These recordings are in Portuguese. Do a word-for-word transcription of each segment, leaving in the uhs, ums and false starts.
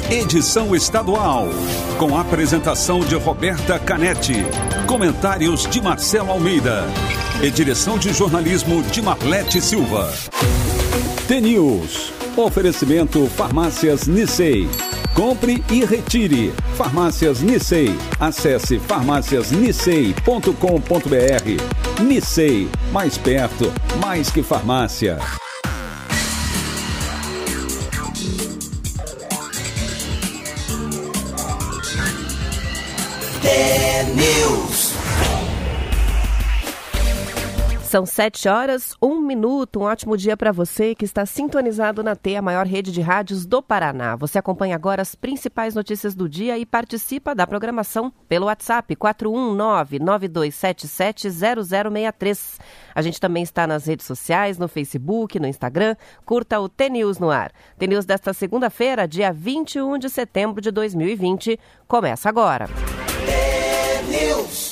edição estadual, com a apresentação de Roberta Canetti, comentários de Marcelo Almeida e direção de jornalismo de Marlete Silva. T-News, oferecimento Farmácias Nissei. Compre e retire. Farmácias Nissei. Acesse farmácias nissei ponto com ponto br. Nissei, mais perto, mais que farmácia. T-News. São sete horas, um minuto. Um ótimo dia para você que está sintonizado na T, a maior rede de rádios do Paraná. Você acompanha agora as principais notícias do dia e participa da programação pelo WhatsApp quatro um nove, nove dois sete sete, zero zero seis três. A gente também está nas redes sociais, no Facebook, no Instagram. Curta o T-News no ar. T-News desta segunda-feira, dia vinte e um de setembro de dois mil e vinte. Começa agora. T-News.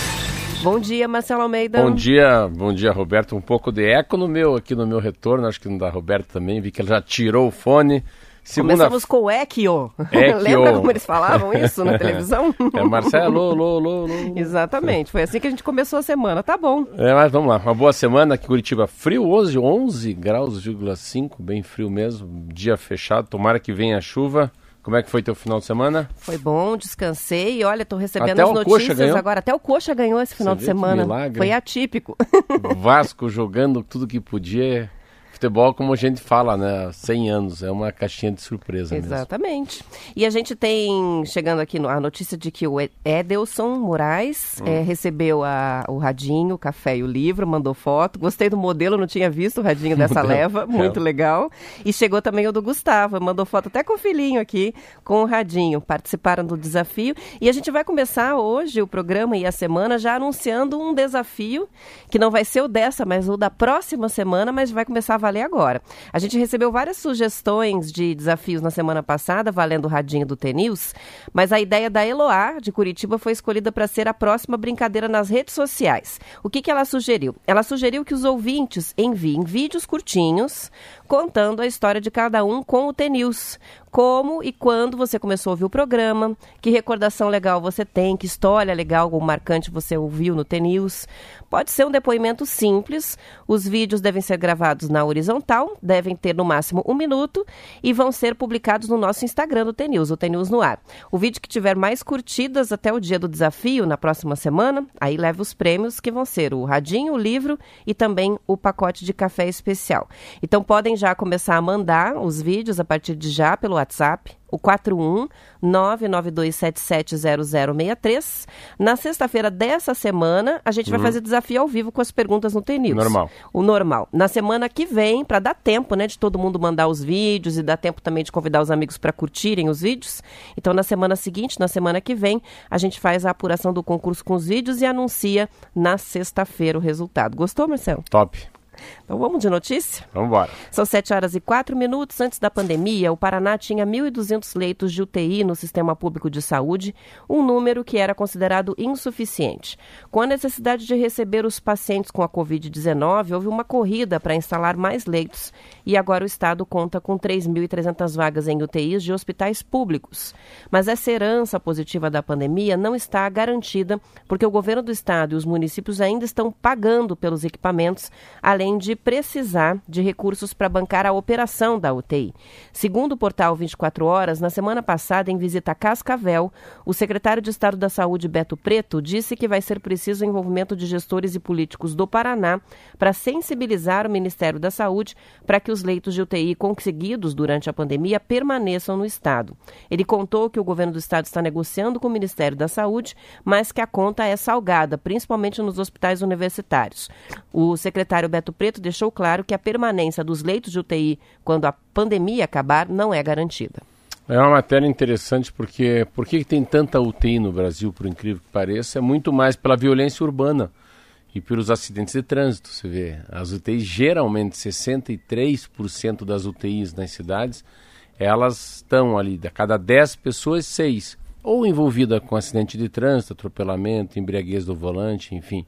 Bom dia, Marcelo Almeida. Bom dia, bom dia, Roberto. Um pouco de eco no meu, aqui no meu retorno, acho que no da Roberto também, vi que ele já tirou o fone. Segunda... Começamos com o Equio. Equio. Lembra como eles falavam isso na televisão? É, Marcelo, alô, alô, alô. Exatamente, foi assim que a gente começou a semana, tá bom. É, mas vamos lá, uma boa semana aqui em Curitiba, frio hoje, onze graus, cinco, bem frio mesmo, dia fechado, tomara que venha a chuva. Como é que foi teu final de semana? Foi bom, descansei e olha, tô recebendo até as notícias agora. Até o Coxa ganhou esse final Você de semana. Milagre. Foi atípico. Vasco jogando tudo que podia. Futebol, como a gente fala, né? cem anos, é uma caixinha de surpresa mesmo. Exatamente. E a gente tem, chegando aqui, no, a notícia de que o Edelson Moraes hum. é, recebeu a, o radinho, o café e o livro, mandou foto. Gostei do modelo, não tinha visto o radinho dessa leva, muito é. legal. E chegou também o do Gustavo, mandou foto até com o filhinho aqui, com o radinho. Participaram do desafio. E a gente vai começar hoje o programa e a semana já anunciando um desafio, que não vai ser o dessa, mas o da próxima semana, mas vai começar a valer agora. A gente recebeu várias sugestões de desafios na semana passada, valendo o radinho do T-News, mas a ideia da Eloá, de Curitiba, foi escolhida para ser a próxima brincadeira nas redes sociais. O que, que ela sugeriu? Ela sugeriu que os ouvintes enviem vídeos curtinhos contando a história de cada um com o T-News. Como e quando você começou a ouvir o programa, que recordação legal você tem, que história legal ou marcante você ouviu no T-News. Pode ser um depoimento simples, os vídeos devem ser gravados na horizontal, devem ter no máximo um minuto e vão ser publicados no nosso Instagram do T-News, o T-News no ar. O vídeo que tiver mais curtidas até o dia do desafio, na próxima semana, aí leva os prêmios que vão ser o radinho, o livro e também o pacote de café especial. Então podem já começar a mandar os vídeos a partir de já pelo WhatsApp, o quatro um nove nove dois sete sete zero zero seis três. Na sexta-feira dessa semana, a gente uhum. vai fazer desafio ao vivo com as perguntas no T-News. Normal. O normal. Na semana que vem, para dar tempo, né, de todo mundo mandar os vídeos e dar tempo também de convidar os amigos para curtirem os vídeos. Então, na semana seguinte, na semana que vem, a gente faz a apuração do concurso com os vídeos e anuncia na sexta-feira o resultado. Gostou, Marcelo? Top. Então vamos de notícia? Vamos embora. São sete horas e quatro minutos. Antes da pandemia, o Paraná tinha mil e duzentos leitos de U T I no Sistema Público de Saúde, um número que era considerado insuficiente. Com a necessidade de receber os pacientes com a covid dezenove, houve uma corrida para instalar mais leitos e agora o Estado conta com três mil e trezentas vagas em U T Is de hospitais públicos. Mas essa herança positiva da pandemia não está garantida porque o governo do Estado e os municípios ainda estão pagando pelos equipamentos, além de precisar de recursos para bancar a operação da U T I. Segundo o portal vinte e quatro horas, na semana passada, em visita a Cascavel, o secretário de Estado da Saúde, Beto Preto, disse que vai ser preciso o envolvimento de gestores e políticos do Paraná para sensibilizar o Ministério da Saúde para que os leitos de U T I conseguidos durante a pandemia permaneçam no Estado. Ele contou que o governo do Estado está negociando com o Ministério da Saúde, mas que a conta é salgada, principalmente nos hospitais universitários. O secretário Beto Preto deixou claro que a permanência dos leitos de U T I quando a pandemia acabar não é garantida. É uma matéria interessante porque por que tem tanta U T I no Brasil, por incrível que pareça, é muito mais pela violência urbana e pelos acidentes de trânsito. Você vê, as U T Is geralmente, sessenta e três por cento das U T Is nas cidades, elas estão ali, de cada dez pessoas, seis, ou envolvida com acidente de trânsito, atropelamento, embriaguez do volante, enfim,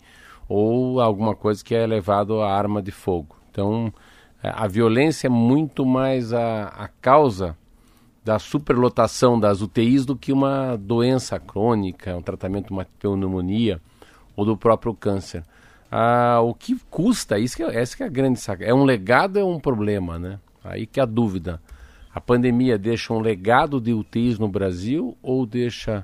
ou alguma coisa que é levado à arma de fogo. Então, a violência é muito mais a, a causa da superlotação das U T Is do que uma doença crônica, um tratamento de uma pneumonia ou do próprio câncer. Ah, o que custa, isso que é, essa que é a grande saca. É um legado, é um problema, né? Aí que é a dúvida. A pandemia deixa um legado de U T Is no Brasil ou deixa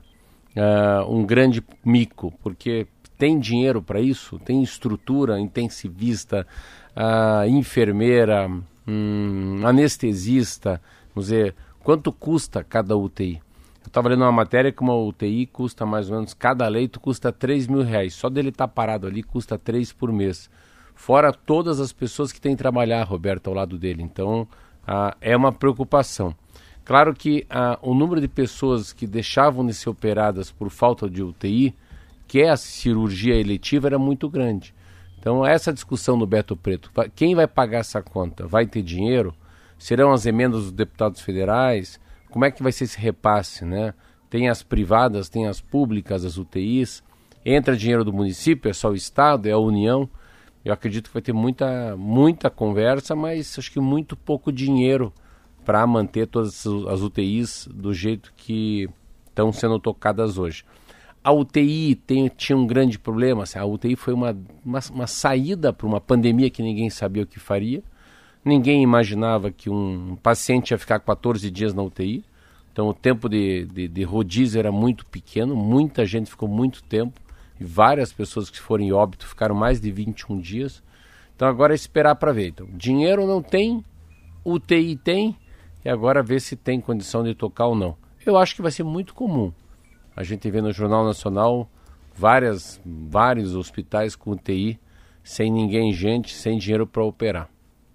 ah, um grande mico? Porque tem dinheiro para isso? Tem estrutura, intensivista, ah, enfermeira, hum, anestesista, vamos dizer, quanto custa cada U T I? Eu estava lendo uma matéria que uma U T I custa mais ou menos, cada leito custa três mil reais. Só dele estar tá parado ali custa três por mês. Fora todas as pessoas que têm que trabalhar, Roberto, ao lado dele. Então, ah, é uma preocupação. Claro que ah, o número de pessoas que deixavam de ser operadas por falta de U T I, que é a cirurgia eletiva, era muito grande. Então, essa discussão no Beto Preto, quem vai pagar essa conta? Vai ter dinheiro? Serão as emendas dos deputados federais? Como é que vai ser esse repasse, né? Tem as privadas, tem as públicas, as U T Is. Entra dinheiro do município, é só o Estado, é a União. Eu acredito que vai ter muita, muita conversa, mas acho que muito pouco dinheiro para manter todas as U T Is do jeito que estão sendo tocadas hoje. A U T I tem, tinha um grande problema. A U T I foi uma, uma, uma saída para uma pandemia que ninguém sabia o que faria. Ninguém imaginava que um paciente ia ficar quatorze dias na U T I. Então o tempo de, de, de rodízio era muito pequeno, muita gente ficou muito tempo. E várias pessoas que foram em óbito ficaram mais de vinte e um dias. Então agora é esperar para ver. Então, dinheiro não tem, U T I tem, e agora ver se tem condição de tocar ou não. Eu acho que vai ser muito comum. A gente vê no Jornal Nacional várias, vários hospitais com U T I, sem ninguém, gente, sem dinheiro para operar.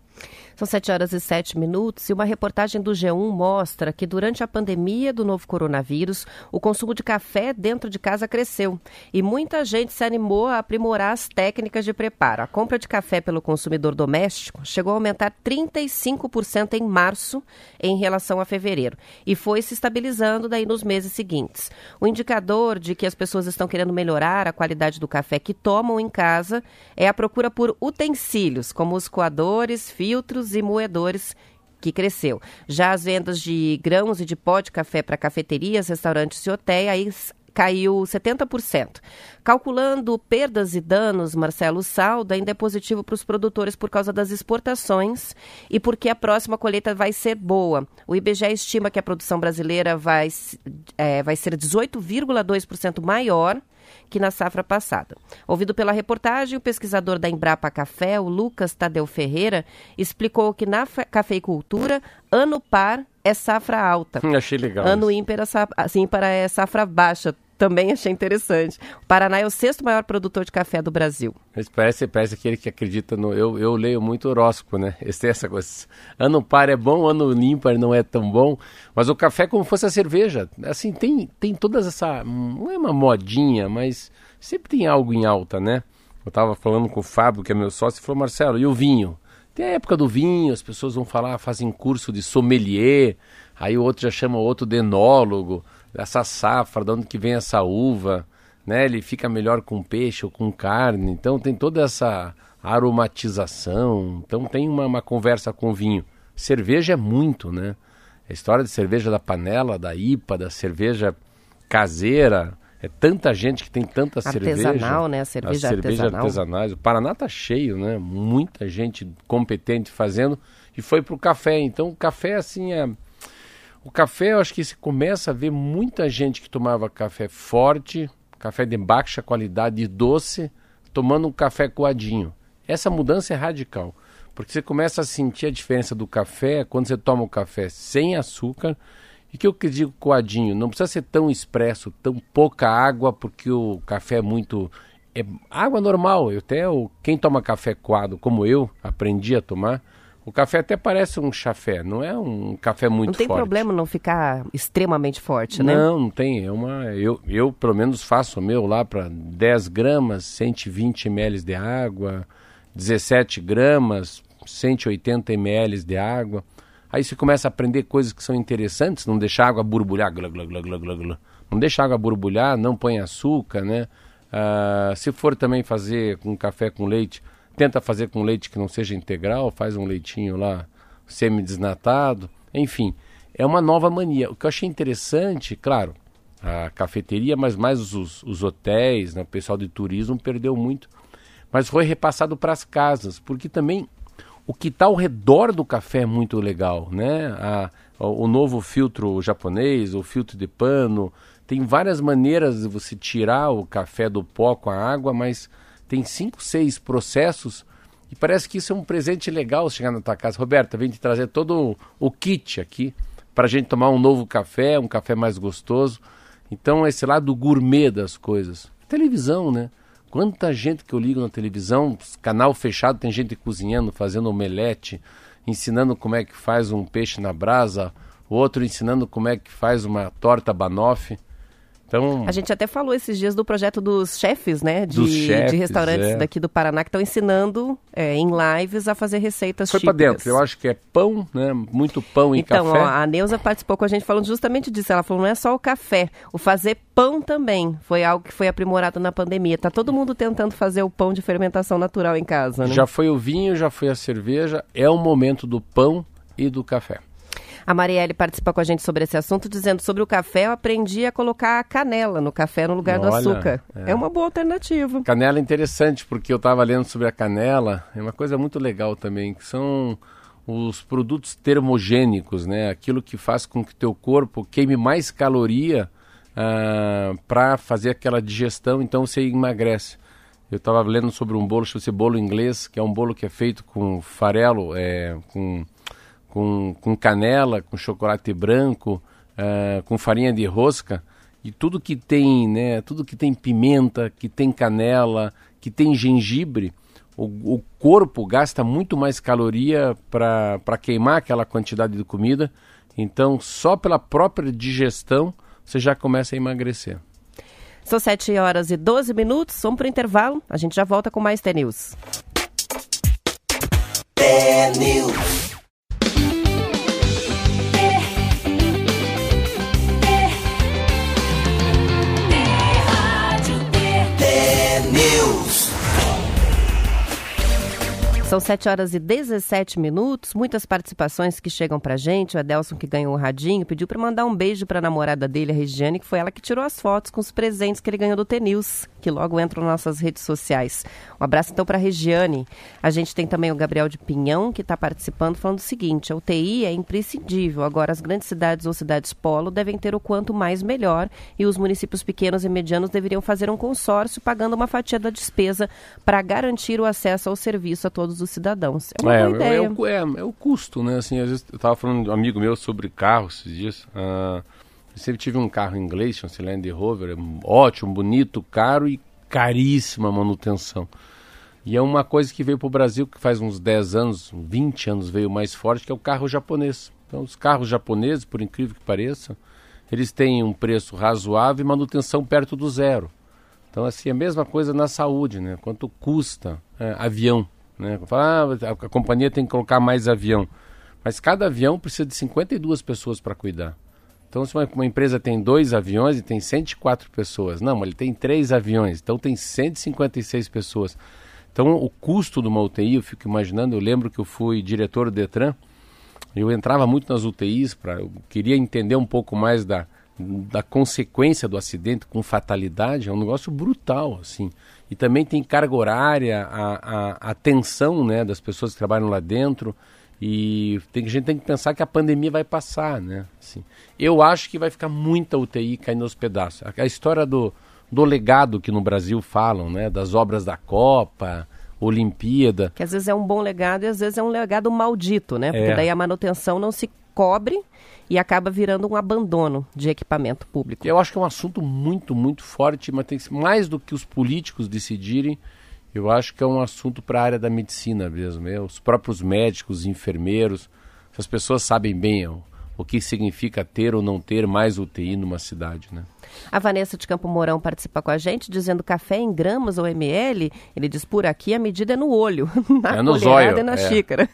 São sete horas e sete minutos e uma reportagem do G um mostra que durante a pandemia do novo coronavírus, o consumo de café dentro de casa cresceu e muita gente se animou a aprimorar as técnicas de preparo. A compra de café pelo consumidor doméstico chegou a aumentar trinta e cinco por cento em março em relação a fevereiro e foi se estabilizando daí nos meses seguintes. O indicador de que as pessoas estão querendo melhorar a qualidade do café que tomam em casa é a procura por utensílios, como os coadores, filtros e moedores, que cresceu. Já as vendas de grãos e de pó de café para cafeterias, restaurantes e hotéis caiu setenta por cento. Calculando perdas e danos, Marcelo, o saldo ainda é positivo para os produtores por causa das exportações e porque a próxima colheita vai ser boa. O I B G E estima que a produção brasileira vai, é, vai ser dezoito vírgula dois por cento maior que na safra passada. Ouvido pela reportagem, o pesquisador da Embrapa Café, o Lucas Tadeu Ferreira, explicou que na cafeicultura, ano par é safra alta. Achei legal. Ano ímpar, assim, para é safra baixa. Também achei interessante. O Paraná é o sexto maior produtor de café do Brasil. Mas parece, parece aquele que acredita no... Eu, eu leio muito horóscopo, né? Esse, essa coisa. Ano par é bom, ano ímpar não é tão bom. Mas o café é como fosse a cerveja. Assim, tem, tem todas essa... Não é uma modinha, mas sempre tem algo em alta, né? Eu estava falando com o Fábio, que é meu sócio, e falou, Marcelo, e o vinho? Tem a época do vinho, as pessoas vão falar, fazem curso de sommelier, aí o outro já chama o outro de enólogo, essa safra, de onde que vem essa uva, né? Ele fica melhor com peixe ou com carne, então tem toda essa aromatização, então tem uma, uma conversa com o vinho. Cerveja é muito, né? A história de cerveja da panela, da I P A, da cerveja caseira, é tanta gente que tem tanta cerveja. Artesanal, né? A cerveja, a cerveja artesanal. artesanais. O Paraná tá cheio, né? Muita gente competente fazendo e foi pro café. Então o café, assim, é... O café, eu acho que se começa a ver muita gente que tomava café forte, café de baixa qualidade e doce, tomando um café coadinho. Essa mudança é radical, porque você começa a sentir a diferença do café quando você toma o café sem açúcar. E que eu que digo coadinho, não precisa ser tão expresso, tão pouca água, porque o café é muito... É água normal. Eu até, eu, quem toma café coado, como eu, aprendi a tomar, o café até parece um chafé, não é um café muito forte. Não tem forte. problema não ficar extremamente forte, né? Não, não tem. É uma, eu, eu, pelo menos, faço o meu lá para dez gramas, cento e vinte mililitros de água, dezessete gramas, cento e oitenta mililitros de água. Aí você começa a aprender coisas que são interessantes, não deixar a água borbulhar, glá, glá, glá, glá, glá, glá. Não deixa a água borbulhar, não põe açúcar, né? Ah, se for também fazer com café com leite, tenta fazer com leite que não seja integral, faz um leitinho lá semi-desnatado, enfim. é uma nova mania. O que eu achei interessante, claro, a cafeteria, mas mais os, os hotéis, né, o pessoal de turismo perdeu muito, mas foi repassado para as casas, porque também o que está ao redor do café é muito legal, né? A, o novo filtro japonês, o filtro de pano, tem várias maneiras de você tirar o café do pó com a água, mas tem cinco, seis processos e parece que isso é um presente legal chegar na tua casa. Roberta, vem te trazer todo o, o kit aqui para a gente tomar um novo café, um café mais gostoso. Então, esse lado gourmet das coisas. Televisão, né? Quanta gente que eu ligo na televisão, canal fechado, tem gente cozinhando, fazendo omelete, ensinando como é que faz um peixe na brasa, o outro ensinando como é que faz uma torta banoffee. Então, a gente até falou esses dias do projeto dos chefes, né? De, dos chefes, de restaurantes é. daqui do Paraná que estão ensinando é, em lives a fazer receitas Foi típicas. para dentro, eu acho que é pão, né? Muito pão e então, café. Então, a Neuza participou com a gente falando justamente disso. Ela falou, não é só o café, o fazer pão também foi algo que foi aprimorado na pandemia. Tá todo mundo tentando fazer o pão de fermentação natural em casa, né? Já foi o vinho, já foi a cerveja, é o momento do pão e do café. A Marielle participa com a gente sobre esse assunto, dizendo sobre o café, eu aprendi a colocar a canela no café no lugar Olha, do açúcar. É. é uma boa alternativa. Canela é interessante, porque eu estava lendo sobre a canela, é uma coisa muito legal também, que são os produtos termogênicos, né? Aquilo que faz com que o teu corpo queime mais caloria ah, para fazer aquela digestão, então você emagrece. Eu estava lendo sobre um bolo, chama-se bolo inglês, que é um bolo que é feito com farelo, é, com... Com, com canela, com chocolate branco, uh, com farinha de rosca, e tudo que tem, né, tudo que tem pimenta, que tem canela, que tem gengibre, o, o corpo gasta muito mais caloria para queimar aquela quantidade de comida, então só pela própria digestão você já começa a emagrecer. São sete horas e doze minutos, vamos para o intervalo, a gente já volta com mais T-News. T-News. São sete horas e dezessete minutos, muitas participações que chegam pra gente. O Adelson, que ganhou o radinho, pediu para mandar um beijo para a namorada dele, a Regiane, que foi ela que tirou as fotos com os presentes que ele ganhou do T-News, que logo entram nas nossas redes sociais. Um abraço então para a Regiane. A gente tem também o Gabriel de Pinhão, que está participando, falando o seguinte: a U T I é imprescindível, agora as grandes cidades ou cidades polo devem ter o quanto mais melhor e os municípios pequenos e medianos deveriam fazer um consórcio pagando uma fatia da despesa para garantir o acesso ao serviço a todos os cidadãos. É uma é, boa ideia. É o, é, é o custo, né? Assim, às vezes eu estava falando de um amigo meu sobre carro esses dias. Uh, eu sempre tive um carro inglês, chama-se Land Rover, ótimo, bonito, caro e caríssima manutenção. E é uma coisa que veio para o Brasil, que faz uns dez anos, vinte anos veio mais forte, que é o carro japonês. Então, os carros japoneses, por incrível que pareça, eles têm um preço razoável e manutenção perto do zero. Então, assim, é a mesma coisa na saúde, né? Quanto custa é, avião, né? Fala, ah, a companhia tem que colocar mais avião. Mas cada avião precisa de cinquenta e duas pessoas para cuidar. Então, se uma, uma empresa tem dois aviões e tem cento e quatro pessoas, não, ele tem três aviões, então tem cento e cinquenta e seis pessoas. Então, o custo de uma U T I, eu fico imaginando, eu lembro que eu fui diretor do Detran, eu entrava muito nas U T Is, pra, eu queria entender um pouco mais da, da consequência do acidente com fatalidade, é um negócio brutal, assim. E também tem carga horária, a, a, a atenção, né, das pessoas que trabalham lá dentro, e tem, a gente tem que pensar que a pandemia vai passar, né? Assim, eu acho que vai ficar muita U T I caindo aos pedaços. A, a história do, do legado que no Brasil falam, né, das obras da Copa, Olimpíada. Que às vezes é um bom legado e às vezes é um legado maldito, né? Porque é. daí a manutenção não se cobre e acaba virando um abandono de equipamento público. Eu acho que é um assunto muito, muito forte, mas tem mais do que os políticos decidirem, eu acho que é um assunto para a área da medicina mesmo. É, os próprios médicos, enfermeiros, as pessoas sabem bem o, o que significa ter ou não ter mais U T I numa cidade, né? A Vanessa de Campo Mourão participa com a gente, dizendo café em gramas ou ml. Ele diz, por aqui a medida é no olho, na é no colherada zóio, e na é. xícara.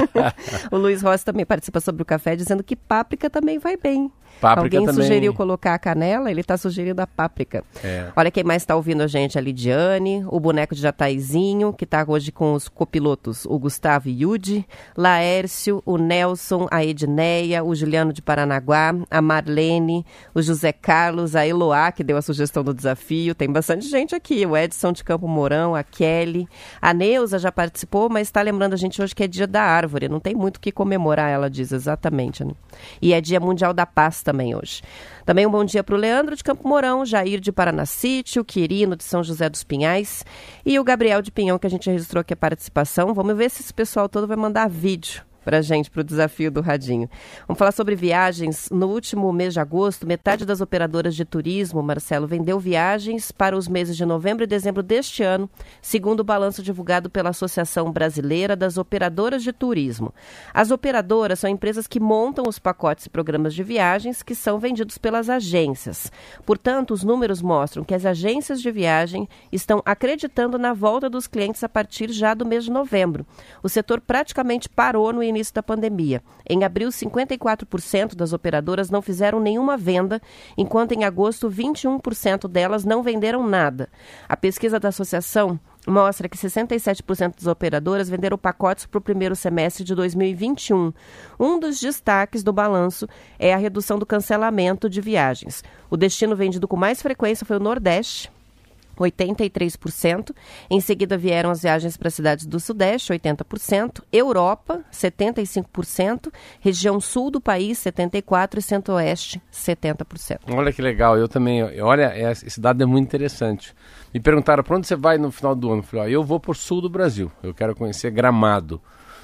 O Luiz Rossi também participa sobre o café, dizendo que páprica também vai bem. Páprica Alguém também. sugeriu colocar a canela, ele está sugerindo a páprica. É. Olha quem mais está ouvindo a gente, a Lidiane, o boneco de Jataizinho, que está hoje com os copilotos, o Gustavo e Yudi, Laércio, o Nelson, a Edneia, o Juliano Juliano de Paranaguá, a Marlene, o José Carlos, a Eloá, que deu a sugestão do desafio. Tem bastante gente aqui. O Edson de Campo Mourão, a Kelly. A Neuza já participou, mas está lembrando a gente hoje que é dia da árvore. Não tem muito o que comemorar, ela diz exatamente. Né? E é dia mundial da paz também hoje. Também um bom dia para o Leandro de Campo Mourão, Jair de Paranacite, o Quirino de São José dos Pinhais e o Gabriel de Pinhão, que a gente registrou aqui a participação. Vamos ver se esse pessoal todo vai mandar vídeo para a gente, para o desafio do Radinho. Vamos falar sobre viagens. No último mês de agosto, metade das operadoras de turismo, Marcelo, vendeu viagens para os meses de novembro e dezembro deste ano, segundo o balanço divulgado pela Associação Brasileira das Operadoras de Turismo. As operadoras são empresas que montam os pacotes e programas de viagens que são vendidos pelas agências. Portanto, os números mostram que as agências de viagem estão acreditando na volta dos clientes a partir já do mês de novembro. O setor praticamente parou no início da pandemia. Em abril, cinquenta e quatro por cento das operadoras não fizeram nenhuma venda, enquanto em agosto, vinte e um por cento delas não venderam nada. A pesquisa da associação mostra que sessenta e sete por cento das operadoras venderam pacotes para o primeiro semestre de dois mil e vinte e um. Um dos destaques do balanço é a redução do cancelamento de viagens. O destino vendido com mais frequência foi o Nordeste, oitenta e três por cento. Em seguida vieram as viagens para cidades do Sudeste, oitenta por cento. Europa, setenta e cinco por cento. Região Sul do país, setenta e quatro por cento. E Centro-Oeste, setenta por cento. Olha que legal. Eu também... Olha, esse dado é muito interessante. Me perguntaram, para onde você vai no final do ano? Eu falei, ó, eu vou para o Sul do Brasil. Eu quero conhecer Gramado.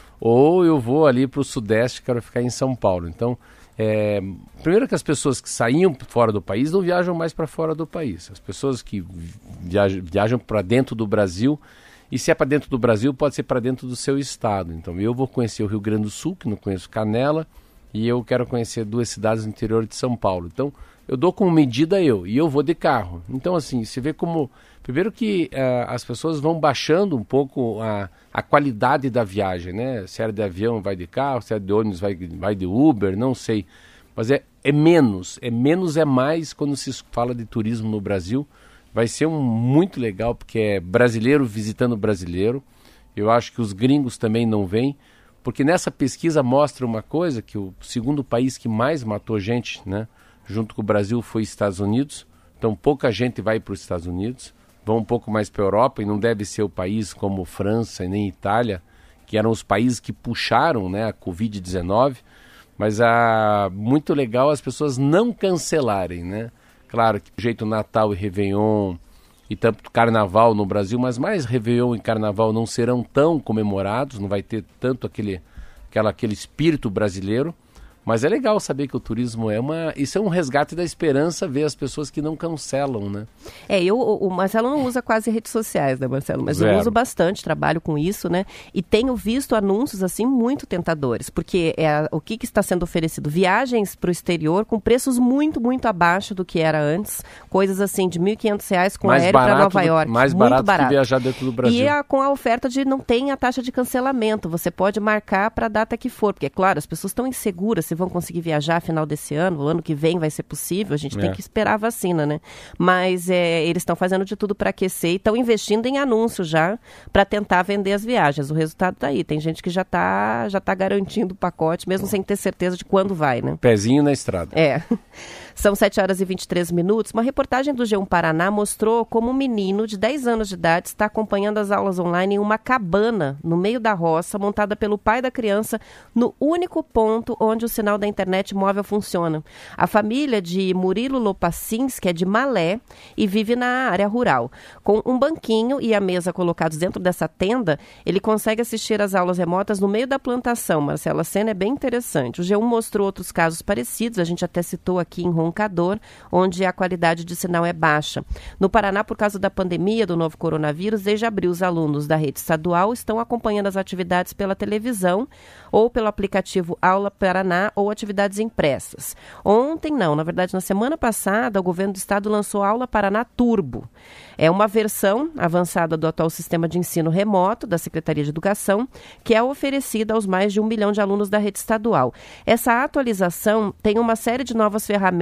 Ou eu vou ali para o Sudeste, quero ficar em São Paulo. Então... É, primeiro que as pessoas que saíam fora do país não viajam mais para fora do país. As pessoas que viajam, viajam para dentro do Brasil, e se é para dentro do Brasil, pode ser para dentro do seu estado. Então eu vou conhecer o Rio Grande do Sul, que não conheço Canela, e eu quero conhecer duas cidades no interior de São Paulo. Então eu dou como medida eu, e eu vou de carro. Então assim, você vê como... Primeiro que uh, as pessoas vão baixando um pouco a, a qualidade da viagem, né? Se era de avião, vai de carro, se era de ônibus, vai, vai de Uber, não sei. Mas é, é menos, é menos é mais quando se fala de turismo no Brasil. Vai ser um, muito legal, porque é brasileiro visitando brasileiro. Eu acho que os gringos também não vêm, porque nessa pesquisa mostra uma coisa, que o segundo país que mais matou gente, né, junto com o Brasil, foi Estados Unidos. Então pouca gente vai para os Estados Unidos. Vão um pouco mais para a Europa, e não deve ser o país como França e nem Itália, que eram os países que puxaram, né, a covid dezenove, mas é muito legal as pessoas não cancelarem, né? Claro que o jeito Natal e Réveillon e tanto Carnaval no Brasil, mas mais Réveillon e Carnaval não serão tão comemorados, não vai ter tanto aquele, aquela, aquele espírito brasileiro. Mas é legal saber que o turismo é uma... Isso é um resgate da esperança, ver as pessoas que não cancelam, né? É, eu, o Marcelo não usa quase redes sociais, né, Marcelo? Mas Zero. Eu uso bastante, trabalho com isso, né? E tenho visto anúncios, assim, muito tentadores. Porque é, o que, que está sendo oferecido? Viagens para o exterior com preços muito, muito abaixo do que era antes. Coisas, assim, de mil e quinhentos reais com mais aéreo para Nova do, York. Mais muito barato, barato que viajar dentro do Brasil. E a, com a oferta de não tem a taxa de cancelamento. Você pode marcar para a data que for. Porque, é claro, as pessoas estão inseguras se vão conseguir viajar final desse ano, o ano que vem vai ser possível, a gente é. tem que esperar a vacina, né? Mas é, eles estão fazendo de tudo para aquecer e estão investindo em anúncios já para tentar vender as viagens. O resultado tá aí, tem gente que já tá, já tá garantindo o pacote, mesmo sem ter certeza de quando vai, né? Pezinho na estrada. É. São sete horas e vinte e três minutos. Uma reportagem do G um Paraná mostrou como um menino de dez anos de idade está acompanhando as aulas online em uma cabana no meio da roça, montada pelo pai da criança, no único ponto onde o sinal da internet móvel funciona. A família de Murilo Lopacins, que é de Malé, e vive na área rural. Com um banquinho e a mesa colocados dentro dessa tenda, ele consegue assistir às aulas remotas no meio da plantação. Marcelo, a cena é bem interessante. O G um mostrou outros casos parecidos, a gente até citou aqui em Roncador, onde a qualidade de sinal é baixa. No Paraná, por causa da pandemia do novo coronavírus, desde abril, os alunos da rede estadual estão acompanhando as atividades pela televisão ou pelo aplicativo Aula Paraná ou atividades impressas. Ontem, não, na verdade, na semana passada, o governo do estado lançou a Aula Paraná Turbo. É uma versão avançada do atual sistema de ensino remoto da Secretaria de Educação, que é oferecida aos mais de um milhão de alunos da rede estadual. Essa atualização tem uma série de novas ferramentas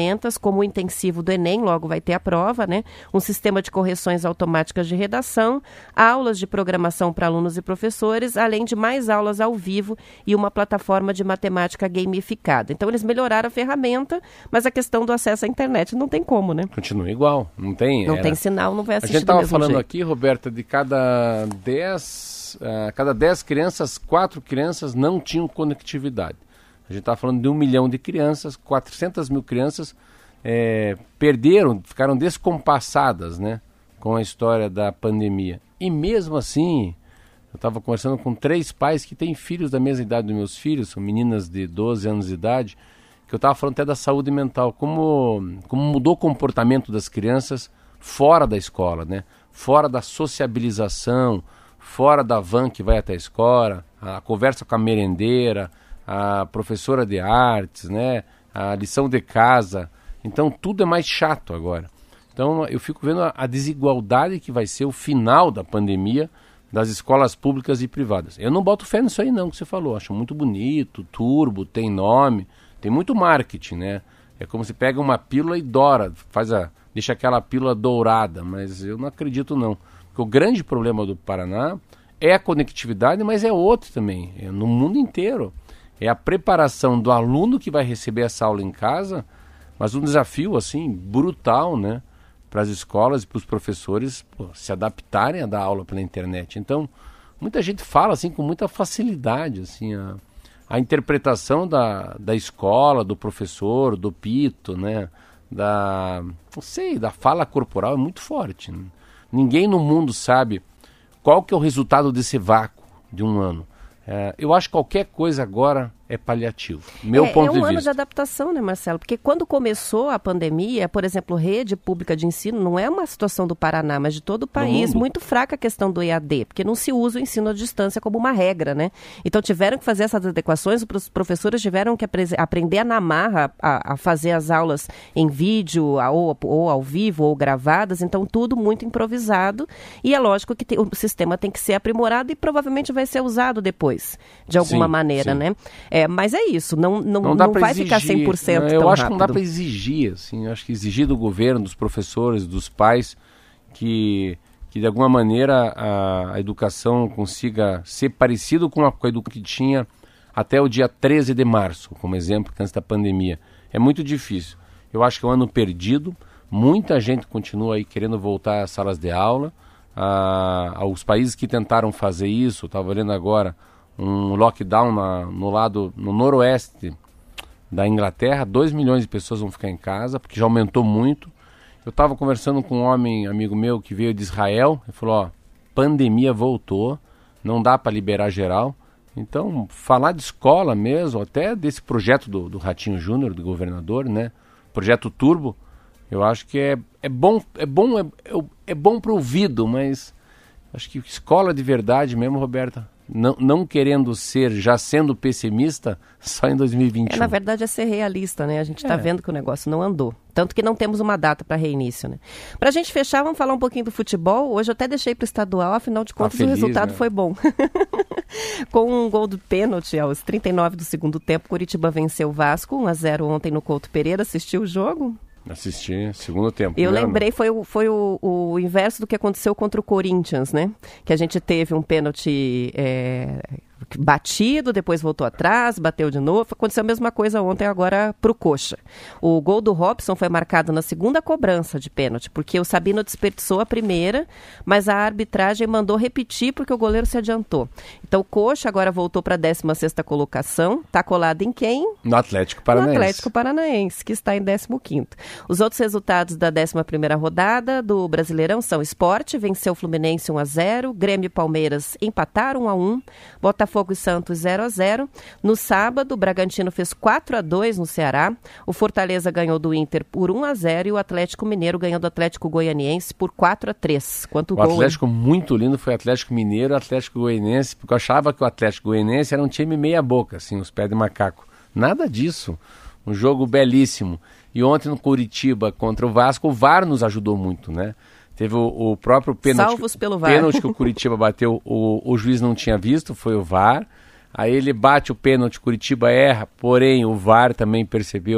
ferramentas, como o intensivo do Enem, logo vai ter a prova, né? Um sistema de correções automáticas de redação, aulas de programação para alunos e professores, além de mais aulas ao vivo e uma plataforma de matemática gamificada. Então, eles melhoraram a ferramenta, mas a questão do acesso à internet não tem como, né? Continua igual, não tem... Não era... tem sinal, não vai assistir A gente estava do mesmo falando jeito. aqui, Roberta, de cada dez, uh, cada dez crianças, quatro crianças não tinham conectividade. A gente estava falando de um milhão de crianças, quatrocentas mil crianças é, perderam, ficaram descompassadas, né, com a história da pandemia. E mesmo assim, eu estava conversando com três pais que têm filhos da mesma idade dos meus filhos, são meninas de doze anos de idade, que eu estava falando até da saúde mental, como, como mudou o comportamento das crianças fora da escola, né, fora da sociabilização, fora da van que vai até a escola, a conversa com a merendeira, a professora de artes, né, a lição de casa. Então tudo é mais chato agora. Então eu fico vendo a, a desigualdade que vai ser o final da pandemia das escolas públicas e privadas. Eu não boto fé nisso aí não, que você falou. Acho muito bonito, turbo, tem nome, tem muito marketing, né? É como se pega uma pílula e doura, faz a, deixa aquela pílula dourada, mas eu não acredito não. Porque o grande problema do Paraná é a conectividade, mas é outro também, é no mundo inteiro. É a preparação do aluno que vai receber essa aula em casa, mas um desafio, assim, brutal, né? Para as escolas e para os professores pô, se adaptarem a dar aula pela internet. Então, muita gente fala, assim, com muita facilidade, assim, a, a interpretação da, da escola, do professor, do pito, né? Da, não sei, da fala corporal é muito forte. Né? Ninguém no mundo sabe qual que é o resultado desse vácuo de um ano. É, eu acho que qualquer coisa agora é paliativo, meu é, ponto de vista. É um ano de adaptação, né, Marcelo? Porque quando começou a pandemia, por exemplo, rede pública de ensino, não é uma situação do Paraná, mas de todo o país, muito fraca a questão do E A D, porque não se usa o ensino à distância como uma regra, né? Então tiveram que fazer essas adequações, os professores tiveram que apre- aprender na marra a, a fazer as aulas em vídeo, a, ou, ou ao vivo, ou gravadas, então tudo muito improvisado, e é lógico que te, o sistema tem que ser aprimorado e provavelmente vai ser usado depois, de alguma sim, maneira, sim. né? É, mas é isso, não, não, não, dá não vai exigir, ficar cem por cento eu tão acho rápido. que não dá para exigir, assim, eu acho que exigir do governo, dos professores, dos pais, que, que de alguma maneira a, a educação consiga ser parecido com a, com a educação que tinha até o dia treze de março, como exemplo, antes da pandemia. É muito difícil. Eu acho que é um ano perdido, muita gente continua aí querendo voltar às salas de aula, a, aos países que tentaram fazer isso, estava olhando agora, um lockdown na, no lado, no noroeste da Inglaterra, dois milhões de pessoas vão ficar em casa, porque já aumentou muito. Eu estava conversando com um homem, amigo meu, que veio de Israel, ele falou, ó, pandemia voltou, não dá para liberar geral. Então, falar de escola mesmo, até desse projeto do, do Ratinho Júnior, do governador, né, projeto Turbo, eu acho que é, é bom, é bom, é, é bom para o ouvido, mas acho que escola de verdade mesmo, Roberta, Não, não querendo ser, já sendo pessimista, só em dois mil e vinte e um. É, na verdade é ser realista, né? A gente está é. vendo que o negócio não andou. Tanto que não temos uma data para reinício, né? Para a gente fechar, vamos falar um pouquinho do futebol. Hoje eu até deixei para o estadual, afinal de contas tá feliz, o resultado, né? Foi bom. Com um gol do pênalti aos trinta e nove do segundo tempo, Coritiba venceu o Vasco, um a zero ontem no Couto Pereira. Assistiu o jogo? Assisti, segundo tempo. Eu né? lembrei, foi, o, foi o, o inverso do que aconteceu contra o Corinthians, né? Que a gente teve um pênalti é, batido, depois voltou atrás, bateu de novo. Aconteceu a mesma coisa ontem agora pro Coxa. O gol do Robson foi marcado na segunda cobrança de pênalti, porque o Sabino desperdiçou a primeira, mas a arbitragem mandou repetir porque o goleiro se adiantou. Então o Coxa agora voltou para a décima sexta colocação, está colado em quem? No Atlético Paranaense. No Atlético Paranaense, que está em décimo quinto. Os outros resultados da décima primeira rodada do Brasileirão são Sport, venceu o Fluminense um a zero, Grêmio e Palmeiras empataram um a um, Botafogo e Santos zero a zero. No sábado, o Bragantino fez quatro a dois no Ceará, o Fortaleza ganhou do Inter por um a zero e o Atlético Mineiro ganhou do Atlético Goianiense por quatro a três. Quanto o gol, Atlético hein? Muito lindo foi o Atlético Mineiro e o Atlético Goianiense, porque eu achava que o Atlético Goianiense era um time meia boca, assim, os pés de macaco. Nada disso. Um jogo belíssimo. E ontem no Curitiba contra o Vasco, o V A R nos ajudou muito, né? Teve o, o próprio pênalti, Salvos pelo V A R. pênalti que o Curitiba bateu, o, o juiz não tinha visto, foi o V A R. Aí ele bate o pênalti, Curitiba erra, porém o V A R também percebeu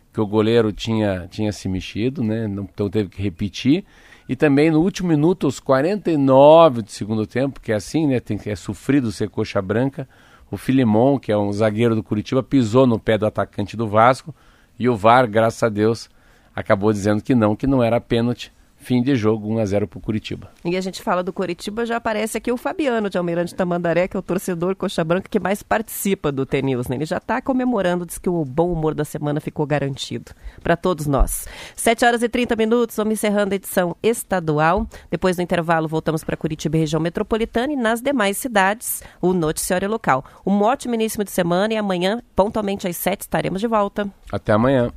que o goleiro tinha, tinha se mexido, né? Então teve que repetir. E também no último minuto, aos quarenta e nove do segundo tempo, que é assim, né? Tem, é sofrido ser coxa branca, o Filimon, que é um zagueiro do Curitiba, pisou no pé do atacante do Vasco e o V A R, graças a Deus, acabou dizendo que não, que não era pênalti. Fim de jogo, um a zero para o Curitiba. E a gente fala do Curitiba, já aparece aqui o Fabiano de Almirante Tamandaré, que é o torcedor coxa branca que mais participa do T-News, né? Ele já está comemorando, diz que o bom humor da semana ficou garantido para todos nós. sete horas e trinta minutos, vamos encerrando a edição estadual. Depois do intervalo, voltamos para Curitiba e região metropolitana e nas demais cidades, o noticiário local. Um ótimo início de semana e amanhã, pontualmente às sete, estaremos de volta. Até amanhã.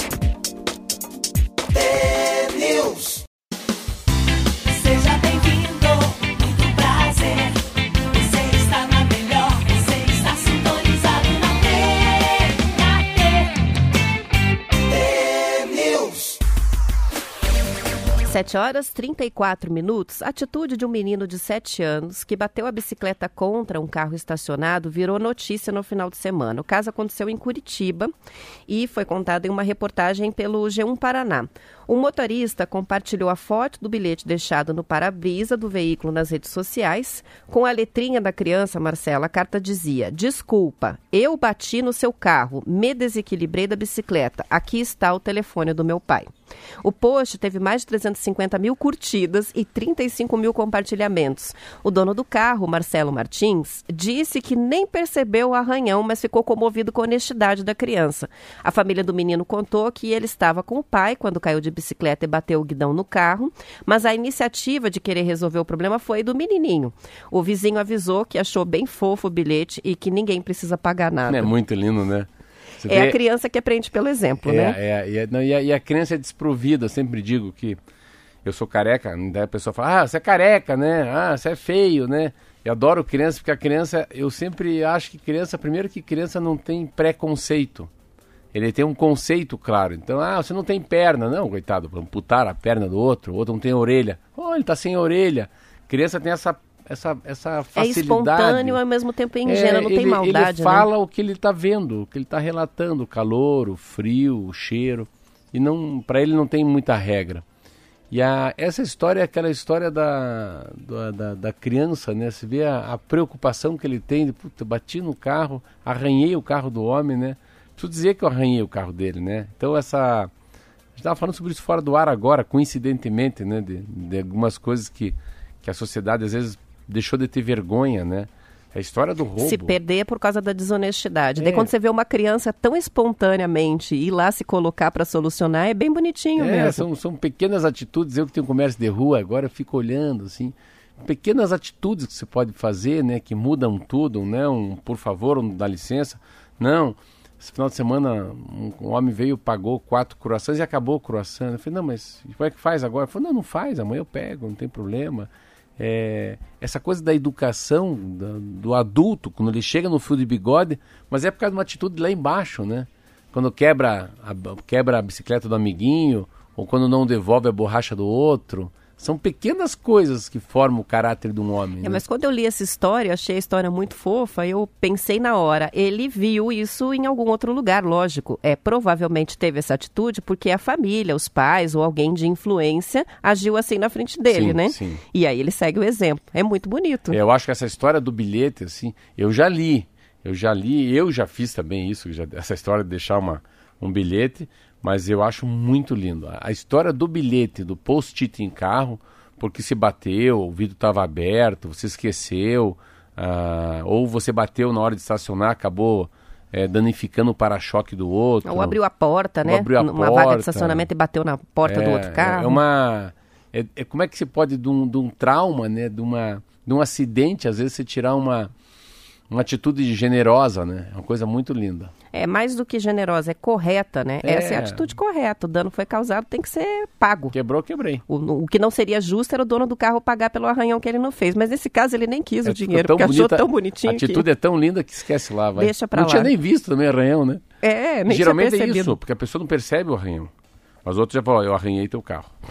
Seja bem-vindo, muito prazer. Você está na melhor, você está sintonizado na T-News. sete horas e trinta e quatro minutos. A atitude de um menino de sete anos que bateu a bicicleta contra um carro estacionado virou notícia no final de semana. O caso aconteceu em Curitiba e foi contado em uma reportagem pelo G um Paraná. O motorista compartilhou a foto do bilhete deixado no para-brisa do veículo nas redes sociais. Com a letrinha da criança, Marcela, a carta dizia: desculpa, eu bati no seu carro, me desequilibrei da bicicleta. Aqui está o telefone do meu pai. O post teve mais de trezentas e cinquenta mil curtidas e trinta e cinco mil compartilhamentos. O dono do carro, Marcelo Martins, disse que nem percebeu o arranhão, mas ficou comovido com a honestidade da criança. A família do menino contou que ele estava com o pai quando caiu de bicicleta e bateu o guidão no carro, mas a iniciativa de querer resolver o problema foi do menininho. O vizinho avisou que achou bem fofo o bilhete e que ninguém precisa pagar nada. É muito lindo, né? Você é vê... a criança que aprende pelo exemplo, é, né? É, é, não, e, a, e a criança é desprovida. Eu sempre digo que eu sou careca, daí a pessoa fala: ah, você é careca, né? Ah, você é feio, né? Eu adoro criança, porque a criança, eu sempre acho que criança, primeiro que criança não tem preconceito. Ele tem um conceito claro. Então, ah, você não tem perna. Não, coitado, amputar a perna do outro. O outro não tem orelha. Oh, ele tá sem orelha. Criança tem essa, essa, essa facilidade. É espontâneo, ao mesmo tempo ingênuo, é, não ele, tem maldade, ele fala, né? o que ele tá vendo, o que ele tá relatando. O calor, o frio, o cheiro. E não, para ele não tem muita regra. E a, essa história é aquela história da, da, da, da criança, né? Você vê a, a preocupação que ele tem. De, puta, bati no carro, arranhei o carro do homem, né? Preciso dizer que eu arranhei o carro dele, né? Então essa... A gente estava falando sobre isso fora do ar agora, coincidentemente, né? De, de algumas coisas que, que a sociedade às vezes deixou de ter vergonha, né? É a história do roubo. Se perder por causa da desonestidade. É. Daí quando você vê uma criança tão espontaneamente ir lá se colocar para solucionar, é bem bonitinho é, mesmo. São, são pequenas atitudes. Eu que tenho comércio de rua agora, eu fico olhando, assim... Pequenas atitudes que você pode fazer, né? Que mudam tudo, né? Um por favor, um dá licença. Não... Esse final de semana, um, um homem veio, pagou quatro croissants e acabou o croissant. Eu falei, não, mas como é que faz agora? Ele falou, não, não faz, amanhã eu pego, não tem problema. É, essa coisa da educação da, do adulto, quando ele chega no fio de bigode, mas é por causa de uma atitude lá embaixo, né? Quando quebra a, quebra a bicicleta do amiguinho, ou quando não devolve a borracha do outro... São pequenas coisas que formam o caráter de um homem. É, né? mas quando eu li essa história, achei a história muito fofa, eu pensei na hora, ele viu isso em algum outro lugar, lógico. É, provavelmente teve essa atitude porque a família, os pais ou alguém de influência agiu assim na frente dele, sim, né? Sim. E aí ele segue o exemplo. É muito bonito. Eu acho que essa história do bilhete, assim, eu já li. Eu já li, eu já fiz também isso, já, essa história de deixar uma, um bilhete... Mas eu acho muito lindo. A história do bilhete, do post-it em carro, porque se bateu, o vidro estava aberto, você esqueceu, ah, ou você bateu na hora de estacionar, acabou é, danificando o para-choque do outro. Ou abriu a porta, né? Abriu a Numa porta. vaga de estacionamento e bateu na porta é, do outro carro. É uma... É, é, como é que se pode, de um, de um trauma, né? De, uma, de um acidente, às vezes você tirar uma... Uma atitude generosa, né? É uma coisa muito linda. É mais do que generosa, é correta, né? É. Essa é a atitude correta. O dano foi causado, tem que ser pago. Quebrou, quebrei. O, o que não seria justo era o dono do carro pagar pelo arranhão que ele não fez. Mas nesse caso ele nem quis é, o dinheiro, tão porque bonita, achou tão bonitinho. A atitude que... é tão linda que esquece lá, vai. Deixa pra não lá. Não tinha nem visto também arranhão, né? É, nem Geralmente tinha é percebido. isso, porque a pessoa não percebe o arranhão. Mas outro já falou, eu arranhei teu carro.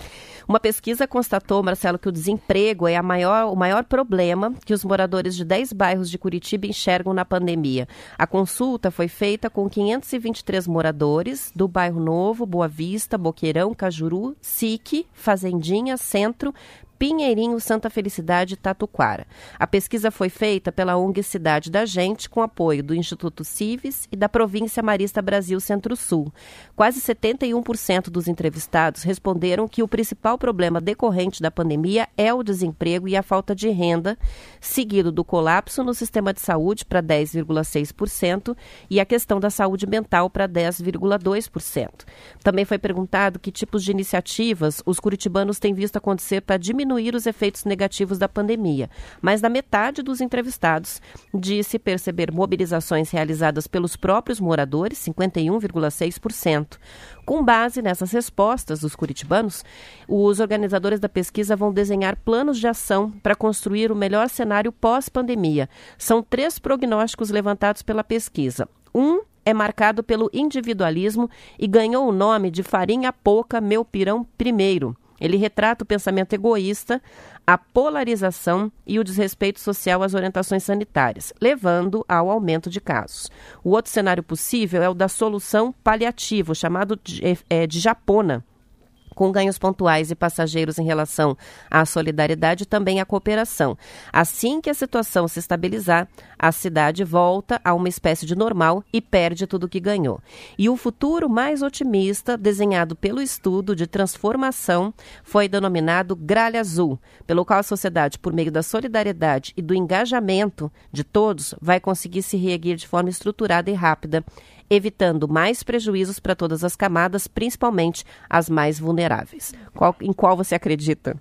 Uma pesquisa constatou, Marcelo, que o desemprego é a maior, o maior problema que os moradores de dez bairros de Curitiba enxergam na pandemia. A consulta foi feita com quinhentos e vinte e três moradores do Bairro Novo, Boa Vista, Boqueirão, Cajuru, Sique, Fazendinha, Centro, Pinheirinho, Santa Felicidade e Tatuquara. A pesquisa foi feita pela O N G Cidade da Gente, com apoio do Instituto Cives e da Província Marista Brasil Centro-Sul. Quase setenta e um por cento dos entrevistados responderam que o principal problema decorrente da pandemia é o desemprego e a falta de renda, seguido do colapso no sistema de saúde para dez vírgula seis por cento e a questão da saúde mental para dez vírgula dois por cento. Também foi perguntado que tipos de iniciativas os curitibanos têm visto acontecer para diminuir os efeitos negativos da pandemia, mas da metade dos entrevistados disse perceber mobilizações realizadas pelos próprios moradores, cinquenta e um vírgula seis por cento. Com base nessas respostas dos curitibanos, os organizadores da pesquisa vão desenhar planos de ação para construir o melhor cenário pós-pandemia. São três prognósticos levantados pela pesquisa. Um é marcado pelo individualismo e ganhou o nome de Farinha Pouca, Meu Pirão Primeiro. Ele retrata o pensamento egoísta, a polarização e o desrespeito social às orientações sanitárias, levando ao aumento de casos. O outro cenário possível é o da solução paliativa, chamado de, é, de japona, com ganhos pontuais e passageiros em relação à solidariedade e também à cooperação. Assim que a situação se estabilizar, a cidade volta a uma espécie de normal e perde tudo o que ganhou. E o futuro mais otimista, desenhado pelo estudo de transformação, foi denominado Gralha Azul, pelo qual a sociedade, por meio da solidariedade e do engajamento de todos, vai conseguir se reerguer de forma estruturada e rápida, evitando mais prejuízos para todas as camadas, principalmente as mais vulneráveis. Qual, em qual você acredita?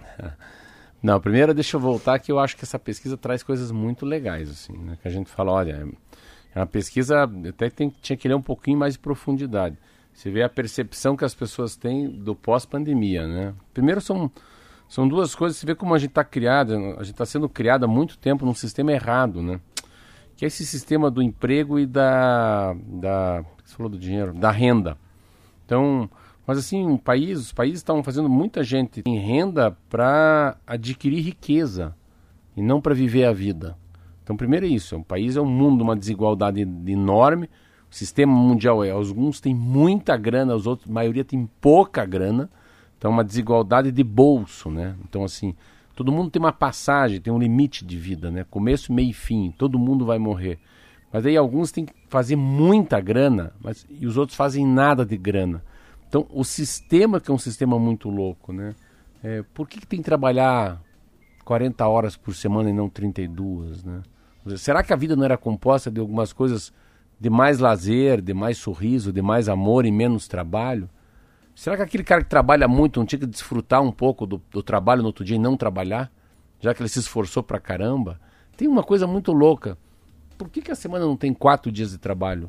Não, primeiro deixa eu voltar que eu acho que essa pesquisa traz coisas muito legais, assim, né? Que a gente fala, olha, é uma pesquisa até que tem, tinha que ler um pouquinho mais de profundidade. Você vê a percepção que as pessoas têm do pós-pandemia, né? Primeiro são, são duas coisas, você vê como a gente está criada, a gente está sendo criada há muito tempo num sistema errado, né? Que é esse sistema do emprego e da, da você falou do dinheiro, da renda. Então, mas assim, um país, os países estão fazendo muita gente em renda para adquirir riqueza e não para viver a vida. Então, primeiro é isso, um país é um mundo, uma desigualdade enorme, o sistema mundial é, alguns têm muita grana, os outros, a maioria tem pouca grana, então uma desigualdade de bolso, né? Então, assim, todo mundo tem uma passagem, tem um limite de vida, né? Começo, meio e fim, todo mundo vai morrer. Mas aí alguns têm que fazer muita grana, mas, e os outros fazem nada de grana. Então o sistema, que é um sistema muito louco, né? É, por que, que tem que trabalhar quarenta horas por semana e não trinta e duas, né? Será que a vida não era composta de algumas coisas de mais lazer, de mais sorriso, de mais amor e menos trabalho? Será que aquele cara que trabalha muito não tinha que desfrutar um pouco do, do trabalho no outro dia e não trabalhar? Já que ele se esforçou pra caramba? Tem uma coisa muito louca. Por que, que a semana não tem quatro dias de trabalho?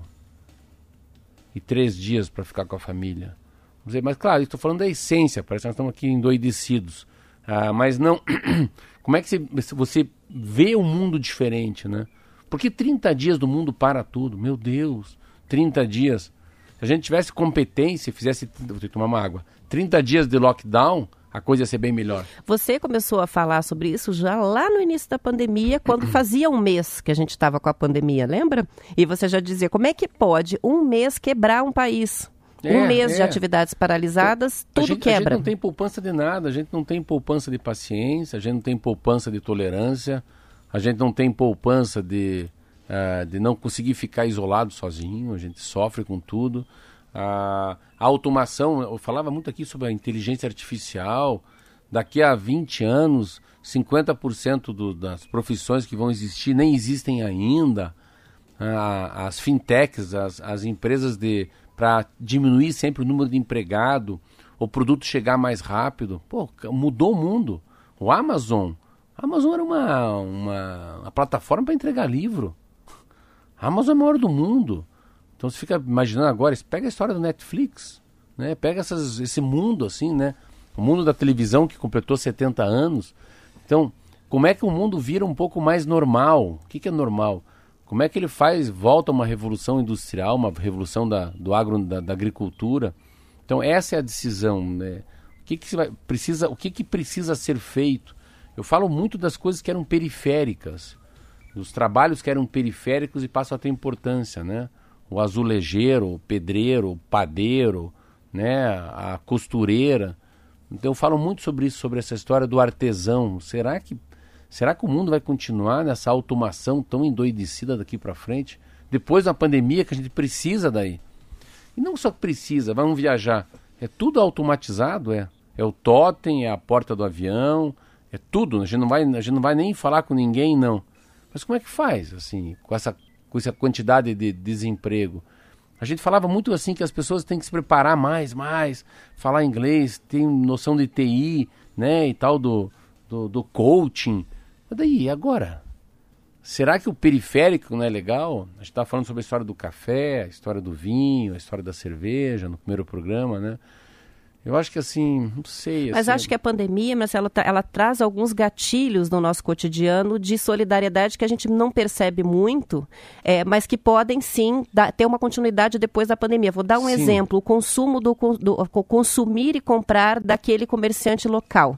E três dias para ficar com a família? Vamos dizer, mas claro, estou falando da essência, parece que nós estamos aqui endoidecidos. Ah, mas não... Como é que você, você vê o mundo diferente, né? Porque trinta dias do mundo para tudo. Meu Deus, trinta dias... Se a gente tivesse competência e fizesse, vou ter que tomar uma água, trinta dias de lockdown, a coisa ia ser bem melhor. Você começou a falar sobre isso já lá no início da pandemia, quando fazia um mês que a gente estava com a pandemia, lembra? E você já dizia, como é que pode um mês quebrar um país? É, um mês é. de atividades paralisadas, a tudo gente, quebra. A gente não tem poupança de nada, a gente não tem poupança de paciência, a gente não tem poupança de tolerância, a gente não tem poupança de... Uh, de não conseguir ficar isolado sozinho, a gente sofre com tudo. Uh, a automação, eu falava muito aqui sobre a inteligência artificial. Daqui a vinte anos, cinquenta por cento do, das profissões que vão existir nem existem ainda. Uh, as fintechs, as, as empresas de para diminuir sempre o número de empregado, o produto chegar mais rápido. Pô, mudou o mundo. O Amazon, a Amazon era uma, uma, uma plataforma para entregar livro. A Amazon é a maior do mundo. Então você fica imaginando agora, pega a história do Netflix, né? Pega essas, esse mundo assim, né? O mundo da televisão que completou setenta anos. Então, como é que o mundo vira um pouco mais normal? O que, que é normal? Como é que ele faz, volta uma revolução industrial, uma revolução da, do agro, da, da agricultura? Então essa é a decisão, né? que que se vai, precisa, o que, que precisa ser feito? Eu falo muito das coisas que eram periféricas, dos trabalhos que eram periféricos e passam a ter importância, né? O azulejeiro, o pedreiro, o padeiro, né? A costureira. Então eu falo muito sobre isso, sobre essa história do artesão. Será que, será que o mundo vai continuar nessa automação tão endoidecida daqui para frente? Depois da pandemia que a gente precisa daí. E não só precisa, vamos viajar. É tudo automatizado, é. É o totem, é a porta do avião, é tudo. A gente não vai, a gente não vai nem falar com ninguém, não. Mas como é que faz, assim, com essa, com essa quantidade de desemprego? A gente falava muito assim que as pessoas têm que se preparar mais, mais, falar inglês, ter noção de T I, né, e tal, do, do, do coaching. Mas daí, e agora? Será que o periférico não é legal? A gente estava falando sobre a história do café, a história do vinho, a história da cerveja no primeiro programa, né? Eu acho que assim, não sei. Mas assim, acho que a pandemia, Marcelo, ela, ela traz alguns gatilhos no nosso cotidiano de solidariedade que a gente não percebe muito, é, mas que podem sim dar, ter uma continuidade depois da pandemia. Vou dar um sim. exemplo, o consumo do, do consumir e comprar daquele comerciante local.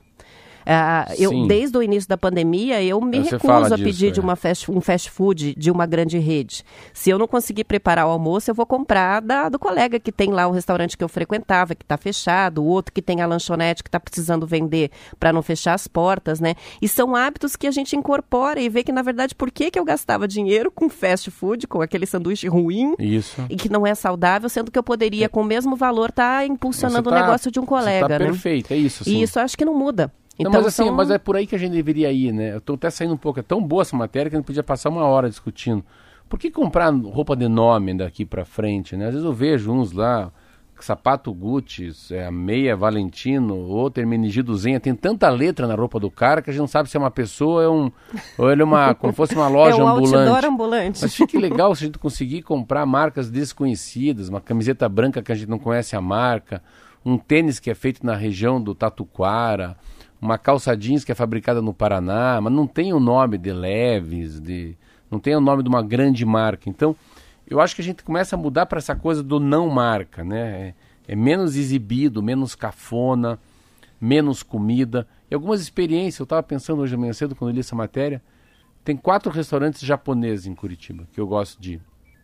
Uh, eu, desde o início da pandemia, eu me Você recuso a disso, pedir é. de uma fast, um fast food de uma grande rede. Se eu não conseguir preparar o almoço, eu vou comprar da, do colega que tem lá o restaurante que eu frequentava, que está fechado, o outro que tem a lanchonete que está precisando vender para não fechar as portas, né? E são hábitos que a gente incorpora e vê que, na verdade, por que, que eu gastava dinheiro com fast food, com aquele sanduíche ruim Isso. e que não é saudável, sendo que eu poderia, com o mesmo valor, estar tá impulsionando tá, o negócio de um colega, tá né? Perfeito, é isso. Assim. E isso eu acho que não muda. Não, Então, mas, assim, são... mas é por aí que a gente deveria ir, né? Eu estou até saindo um pouco, é tão boa essa matéria que a gente podia passar uma hora discutindo. Por que comprar roupa de nome daqui para frente, né? Às vezes eu vejo uns lá, sapato Gucci, é, meia Valentino, outra Hermenegildo Zenha, tem tanta letra na roupa do cara que a gente não sabe se é uma pessoa é um, ou ele é uma, como fosse uma loja é um ambulante. outdoor ambulante. Mas fica legal se a gente conseguir comprar marcas desconhecidas, uma camiseta branca que a gente não conhece a marca, um tênis que é feito na região do Tatuquara, uma calça jeans que é fabricada no Paraná, mas não tem o nome de Levi's, de, não tem o nome de uma grande marca. Então, eu acho que a gente começa a mudar para essa coisa do não marca, né? É, é menos exibido, menos cafona, menos comida. E algumas experiências, eu estava pensando hoje de manhã cedo, quando eu li essa matéria, tem quatro restaurantes japoneses em Curitiba, que eu gosto de ir.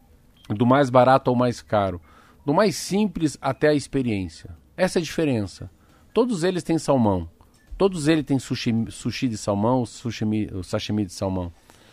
Do mais barato ao mais caro. Do mais simples até a experiência. Essa é a diferença. Todos eles têm salmão. Todos eles têm sushi, sushi de salmão, sushi, o sashimi de salmão.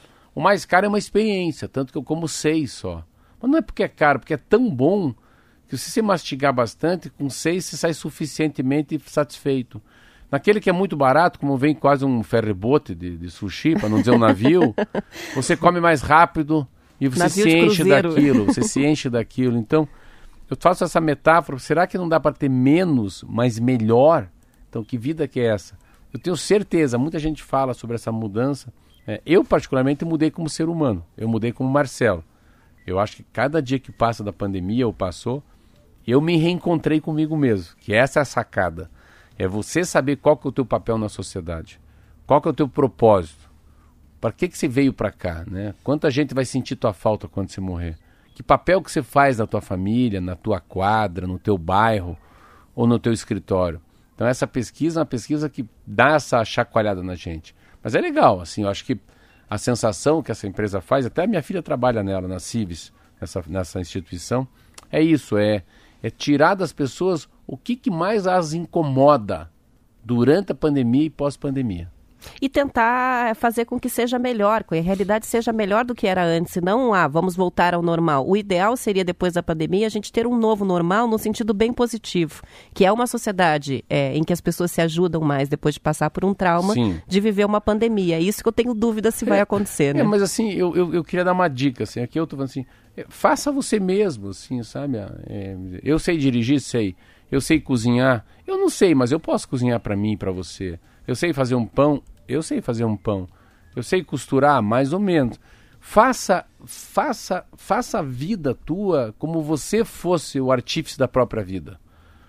O mais caro é uma experiência, tanto que eu como seis só. Mas não é porque é caro, porque é tão bom que se você mastigar bastante, com seis você sai suficientemente satisfeito. Naquele que é muito barato, como vem quase um ferryboat de, de sushi, para não dizer um navio, você come mais rápido e você navio se enche cruzeiro. daquilo, você se enche daquilo. Então, eu faço essa metáfora, será que não dá para ter menos, mas melhor? Então, que vida que é essa? Eu tenho certeza, muita gente fala sobre essa mudança. É, eu, particularmente, mudei como ser humano. Eu mudei como Marcelo. Eu acho que cada dia que passa da pandemia, ou passou, eu me reencontrei comigo mesmo. Que essa é a sacada. É você saber qual que é o teu papel na sociedade. Qual que é o teu propósito. Para que, que você veio para cá, né? Quanta gente vai sentir tua falta quando você morrer? Que papel que você faz na tua família, na tua quadra, no teu bairro ou no teu escritório? Então essa pesquisa é uma pesquisa que dá essa chacoalhada na gente. Mas é legal, assim, eu acho que a sensação que essa empresa faz, até a minha filha trabalha nela, na Cives, nessa, nessa instituição, é isso, é, é tirar das pessoas o que, que mais as incomoda durante a pandemia e pós-pandemia. E tentar fazer com que seja melhor, que a realidade seja melhor do que era antes, não, ah, vamos voltar ao normal. O ideal seria, depois da pandemia, a gente ter um novo normal no sentido bem positivo, que é uma sociedade é, em que as pessoas se ajudam mais depois de passar por um trauma, Sim. de viver uma pandemia. É isso que eu tenho dúvida se é, vai acontecer, né? É, mas assim, eu, eu, eu queria dar uma dica, assim, aqui eu tô falando assim, é, faça você mesmo, assim, sabe? É, eu sei dirigir, sei. Eu sei cozinhar. Eu não sei, mas eu posso cozinhar para mim e para você. Eu sei fazer um pão, eu sei fazer um pão. Eu sei costurar, mais ou menos. Faça, faça, faça a vida tua como você fosse o artífice da própria vida.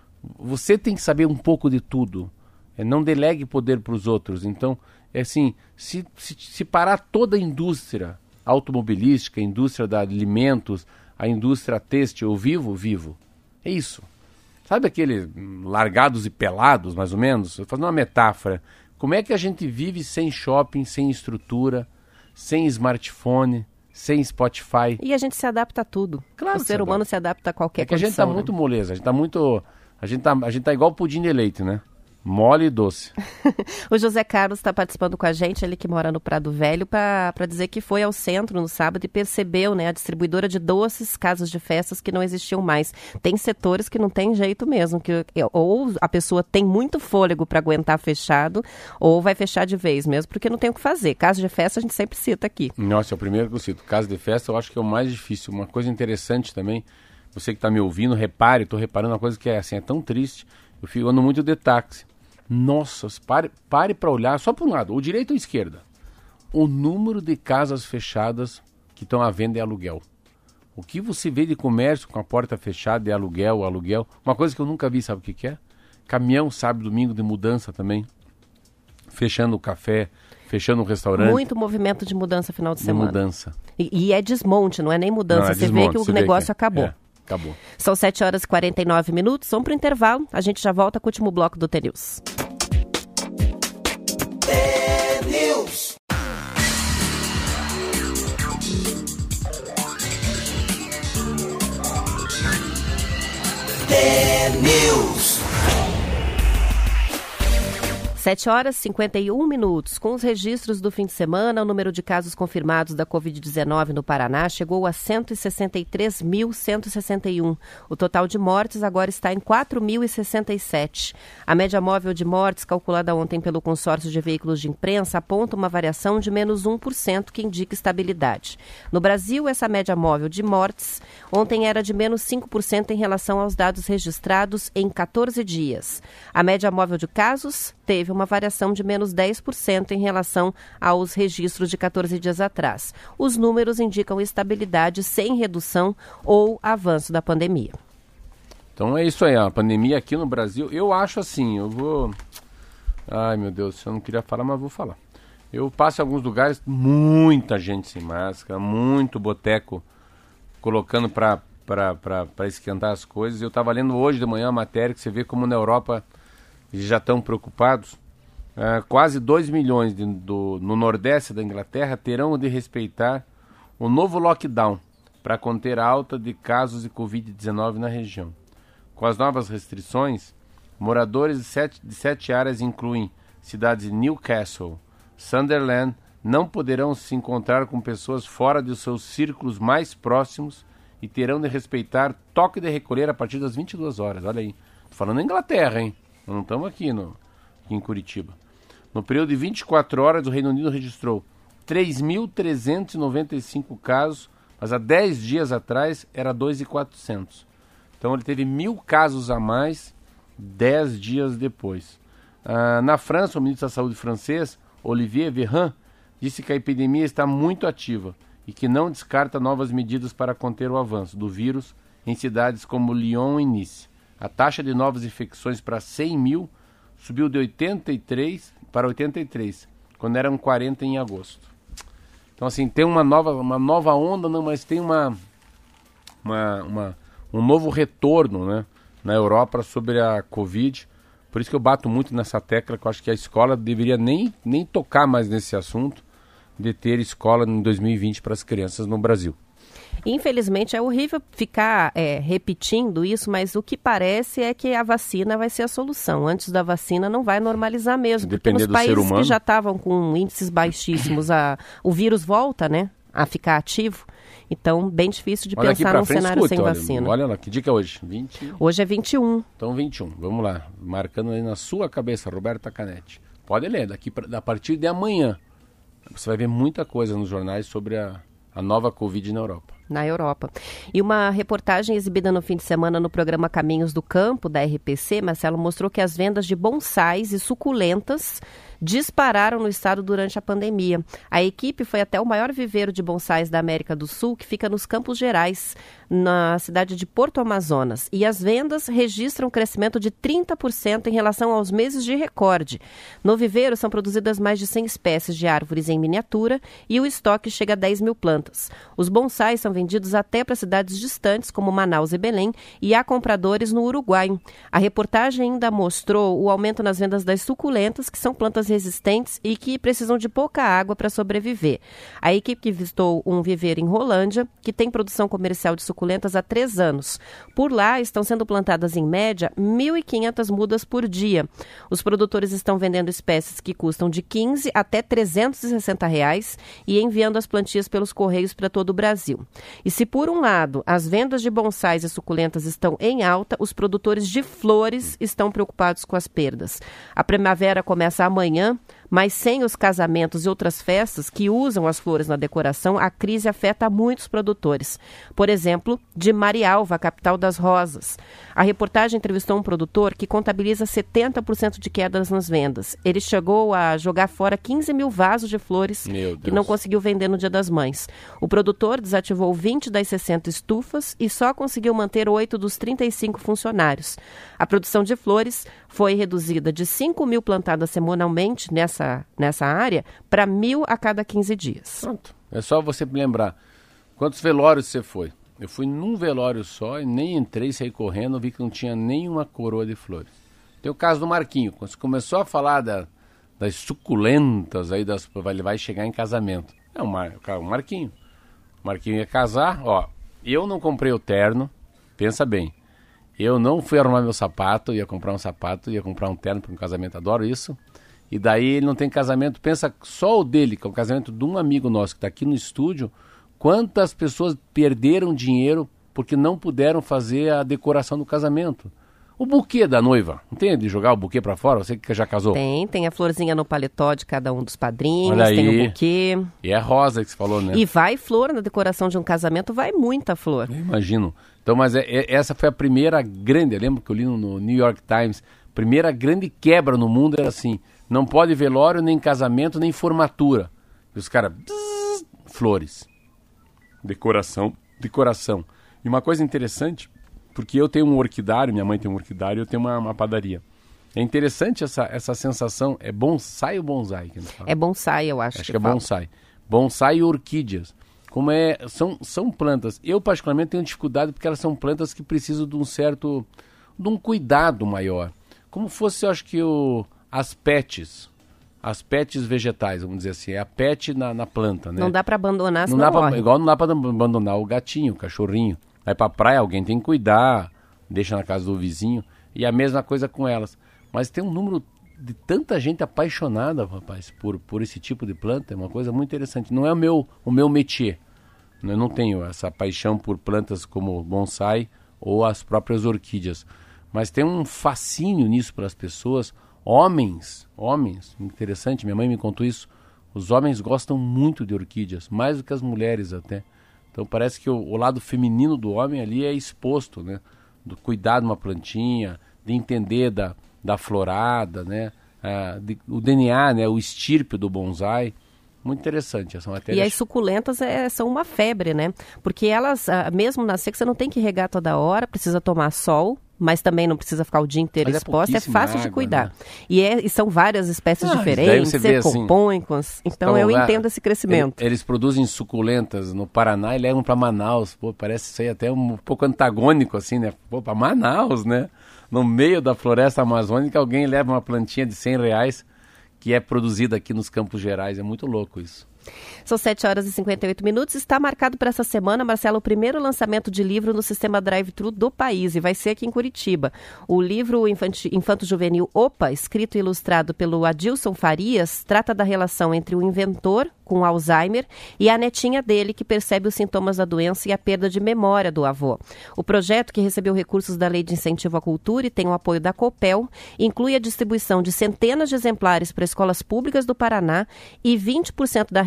Você tem que saber um pouco de tudo. É, não delegue poder para os outros. Então, é assim, se, se, se parar toda a indústria automobilística, a indústria de alimentos, a indústria têxtil, eu vivo, vivo. É isso. sabe aquele largados e pelados, mais ou menos? Eu fazendo uma metáfora. Como é que a gente vive sem shopping, sem estrutura, sem smartphone, sem Spotify? E a gente se adapta a tudo. Claro o que ser se humano adapta. se adapta a qualquer É que a condição. gente tá né? muito moleza, a gente tá muito... A gente tá, a gente tá igual pudim de leite, né? Mole e doce. O José Carlos está participando com a gente, ele que mora no Prado Velho, para dizer que foi ao centro no sábado e percebeu, né, a distribuidora de doces, casas de festas que não existiam mais. Tem setores que não tem jeito mesmo, que ou a pessoa tem muito fôlego para aguentar fechado, ou vai fechar de vez mesmo, porque não tem o que fazer. Casa de festa a gente sempre cita aqui. Nossa, é o primeiro que eu cito. Casa de festa eu acho que é o mais difícil. Uma coisa interessante também, você que está me ouvindo, repare, estou reparando uma coisa que é assim, é tão triste. Eu fico andando muito de táxi. Nossa, pare, pare para olhar só para um lado, ou direita ou esquerda. O número de casas fechadas que estão à venda é aluguel. O que você vê de comércio com a porta fechada é aluguel, aluguel. Uma coisa que eu nunca vi, sabe o que, que é? Caminhão, sábado, domingo de mudança também. Fechando o café, fechando o restaurante. Muito movimento de mudança final de de semana. mudança. E, e é desmonte, não é nem mudança. Não, é você desmonte, vê que o você vê negócio que é. acabou. É, acabou. São sete horas e quarenta e nove minutos, vamos para o intervalo. A gente já volta com o último bloco do T-News. T-News. T-News. sete horas e cinquenta e um minutos. Com os registros do fim de semana, o número de casos confirmados da covid dezenove no Paraná chegou a cento e sessenta e três mil cento e sessenta e um. O total de mortes agora está em quatro mil e sessenta e sete. A média móvel de mortes, calculada ontem pelo consórcio de veículos de imprensa, aponta uma variação de menos um por cento, que indica estabilidade. No Brasil, essa média móvel de mortes ontem era de menos cinco por cento em relação aos dados registrados em catorze dias. A média móvel de casos teve uma variação de menos dez por cento em relação aos registros de catorze dias atrás. Os números indicam estabilidade sem redução ou avanço da pandemia. Então é isso aí, a pandemia aqui no Brasil, eu acho assim, eu vou... Ai meu Deus, eu não queria falar, mas vou falar. Eu passo em alguns lugares, muita gente sem máscara, muito boteco colocando para esquentar as coisas. Eu estava lendo hoje de manhã a matéria que você vê como na Europa já estão preocupados. Uh, quase dois milhões de, do, no Nordeste da Inglaterra terão de respeitar o novo lockdown para conter a alta de casos de covid dezenove na região. Com as novas restrições, moradores de sete, de sete áreas incluem cidades de Newcastle, Sunderland, não poderão se encontrar com pessoas fora de seus círculos mais próximos e terão de respeitar toque de recolher a partir das vinte e duas horas. Olha aí, tô falando na Inglaterra, hein? Não estamos aqui, no, aqui em Curitiba. No período de vinte e quatro horas, o Reino Unido registrou três mil trezentos e noventa e cinco casos, mas há dez dias atrás era dois mil e quatrocentos. Então ele teve mil casos a mais dez dias depois. Ah, na França, o ministro da Saúde francês, Olivier Véran, disse que a epidemia está muito ativa e que não descarta novas medidas para conter o avanço do vírus em cidades como Lyon e Nice. A taxa de novas infecções para cem mil subiu de oitenta e três para oitenta e três, quando eram quarenta em agosto. Então, assim, tem uma nova, uma nova onda, não, mas tem uma, uma, uma, um novo retorno, né, na Europa sobre a Covid. Por isso que eu bato muito nessa tecla, que eu acho que a escola deveria nem, nem tocar mais nesse assunto de ter escola em dois mil e vinte para as crianças no Brasil. Infelizmente, é horrível ficar é, repetindo isso, mas o que parece é que a vacina vai ser a solução. Antes da vacina não vai normalizar mesmo, Depender porque nos do ser países humano, que já estavam com índices baixíssimos, a, o vírus volta, né, a ficar ativo. Então, bem difícil de olha pensar num frente, cenário escuta, sem olha, vacina. Olha lá, que dia que é hoje? vinte Hoje é vinte e um. Então, vinte e um. Vamos lá. Marcando aí na sua cabeça, Roberta Canetti. Pode ler, daqui pra, a partir de amanhã. Você vai ver muita coisa nos jornais sobre a, a nova Covid na Europa. Na Europa. E uma reportagem exibida no fim de semana no programa Caminhos do Campo, da R P C, Marcelo, mostrou que as vendas de bonsais e suculentas dispararam no estado durante a pandemia. A equipe foi até o maior viveiro de bonsais da América do Sul, que fica nos Campos Gerais, na cidade de Porto Amazonas. E as vendas registram um crescimento de trinta por cento em relação aos meses de recorde. No viveiro são produzidas mais de cem espécies de árvores em miniatura e o estoque chega a dez mil plantas. Os bonsais são vendidos até para cidades distantes, como Manaus e Belém, e há compradores no Uruguai. A reportagem ainda mostrou o aumento nas vendas das suculentas, que são plantas resistentes e que precisam de pouca água para sobreviver. A equipe que visitou um viveiro em Rolândia, que tem produção comercial de suculentas há três anos. Por lá estão sendo plantadas, em média, mil e quinhentas mudas por dia. Os produtores estão vendendo espécies que custam de quinze até trezentos e sessenta reais e enviando as plantias pelos correios para todo o Brasil. E se, por um lado, as vendas de bonsais e suculentas estão em alta, os produtores de flores estão preocupados com as perdas. A primavera começa amanhã, mas sem os casamentos e outras festas que usam as flores na decoração, a crise afeta muitos produtores. Por exemplo, de Marialva, a capital das rosas. A reportagem entrevistou um produtor que contabiliza setenta por cento de quedas nas vendas. Ele chegou a jogar fora quinze mil vasos de flores que não conseguiu vender no Dia das Mães. O produtor desativou vinte das sessenta estufas e só conseguiu manter oito dos trinta e cinco funcionários. A produção de flores foi reduzida de cinco mil plantadas semanalmente nessa, nessa área para mil a cada quinze dias. Pronto. É só você me lembrar. Quantos velórios você foi? Eu fui num velório só e nem entrei, saí correndo, vi que não tinha nenhuma coroa de flores. Tem o caso do Marquinho. Quando você começou a falar da, das suculentas, aí das, ele vai chegar em casamento. É o, Mar, o Marquinho. O Marquinho ia casar, ó. Eu não comprei o terno, pensa bem. Eu não fui arrumar meu sapato, ia comprar um sapato, ia comprar um terno para um casamento, adoro isso. E daí ele não tem casamento, pensa só o dele, que é o casamento de um amigo nosso que está aqui no estúdio. Quantas pessoas perderam dinheiro porque não puderam fazer a decoração do casamento? O buquê da noiva, não tem de jogar o buquê para fora? Você que já casou? Tem, tem a florzinha no paletó de cada um dos padrinhos, Olha aí. Tem o buquê. E é rosa que você falou, né? E vai flor na decoração de um casamento, vai muita flor. Eu imagino. Então, mas é, é, essa foi a primeira grande, eu lembro que eu li no, no New York Times, primeira grande quebra no mundo era assim, não pode velório, nem casamento, nem formatura. E os caras, flores. Decoração, decoração. E uma coisa interessante, porque eu tenho um orquidário, minha mãe tem um orquidário, eu tenho uma, uma padaria. É interessante essa, essa sensação, é bonsai ou bonsai? Que a gente fala? É bonsai, eu acho. Acho que, que é fala. bonsai. Bonsai e orquídeas. Como é, são, são plantas. Eu, particularmente, tenho dificuldade porque elas são plantas que precisam de um certo, de um cuidado maior. Como fosse, eu acho que o, as pets, as pets vegetais, vamos dizer assim, é a pet na, na planta, né? Não dá para abandonar, não senão dá pra, morre. Igual não dá para abandonar o gatinho, o cachorrinho. Vai pra praia, alguém tem que cuidar, deixa na casa do vizinho. E a mesma coisa com elas. Mas tem um número de tanta gente apaixonada, rapaz, por, por esse tipo de planta, é uma coisa muito interessante. Não é o meu, o meu métier. Eu não tenho essa paixão por plantas como bonsai ou as próprias orquídeas. Mas tem um fascínio nisso para as pessoas. Homens, homens, interessante, minha mãe me contou isso. Os homens gostam muito de orquídeas, mais do que as mulheres até. Então parece que o, o lado feminino do homem ali é exposto, né? Do cuidar de uma plantinha, de entender da, da florada, né? Ah, de, o D N A, né? O estirpe do bonsai. Muito interessante essa matéria. E as suculentas é, são uma febre, né? Porque elas, ah, mesmo na seca, você não tem que regar toda hora, precisa tomar sol, mas também não precisa ficar o dia inteiro Mas é exposta, é fácil água, de cuidar. né? E, é, e são várias espécies Ah, diferentes, você você vê assim, compõe com as... Então eu lá, entendo esse crescimento. Eles, eles produzem suculentas no Paraná e levam para Manaus. Pô, parece isso aí até um pouco antagônico, assim, né? Pô, para Manaus, né? No meio da floresta amazônica, alguém leva uma plantinha de cem reais que é produzida aqui nos Campos Gerais. É muito louco isso. São sete horas e cinquenta e oito minutos. Está marcado para essa semana, Marcelo, o primeiro lançamento de livro no sistema drive-thru do país, e vai ser aqui em Curitiba. O livro infanti- infanto-juvenil Opa, escrito e ilustrado pelo Adilson Farias, trata da relação entre o inventor com Alzheimer e a netinha dele, que percebe os sintomas da doença e a perda de memória do avô. O projeto, que recebeu recursos da Lei de Incentivo à Cultura e tem o apoio da Copel, inclui a distribuição de centenas de exemplares para escolas públicas do Paraná e vinte por cento da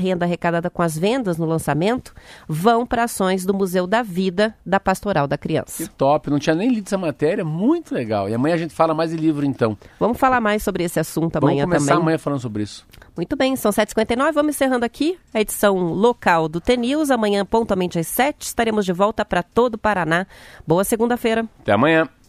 renda arrecadada com as vendas no lançamento vão para ações do Museu da Vida da Pastoral da Criança. Que top, não tinha nem lido essa matéria, muito legal. E amanhã a gente fala mais de livro então. Vamos falar mais sobre esse assunto amanhã também. Vamos começar amanhã falando sobre isso. Muito bem, são sete e cinquenta e nove, vamos encerrando aqui a edição local do T-News. Amanhã, pontualmente às sete, estaremos de volta para todo o Paraná. Boa segunda-feira. Até amanhã.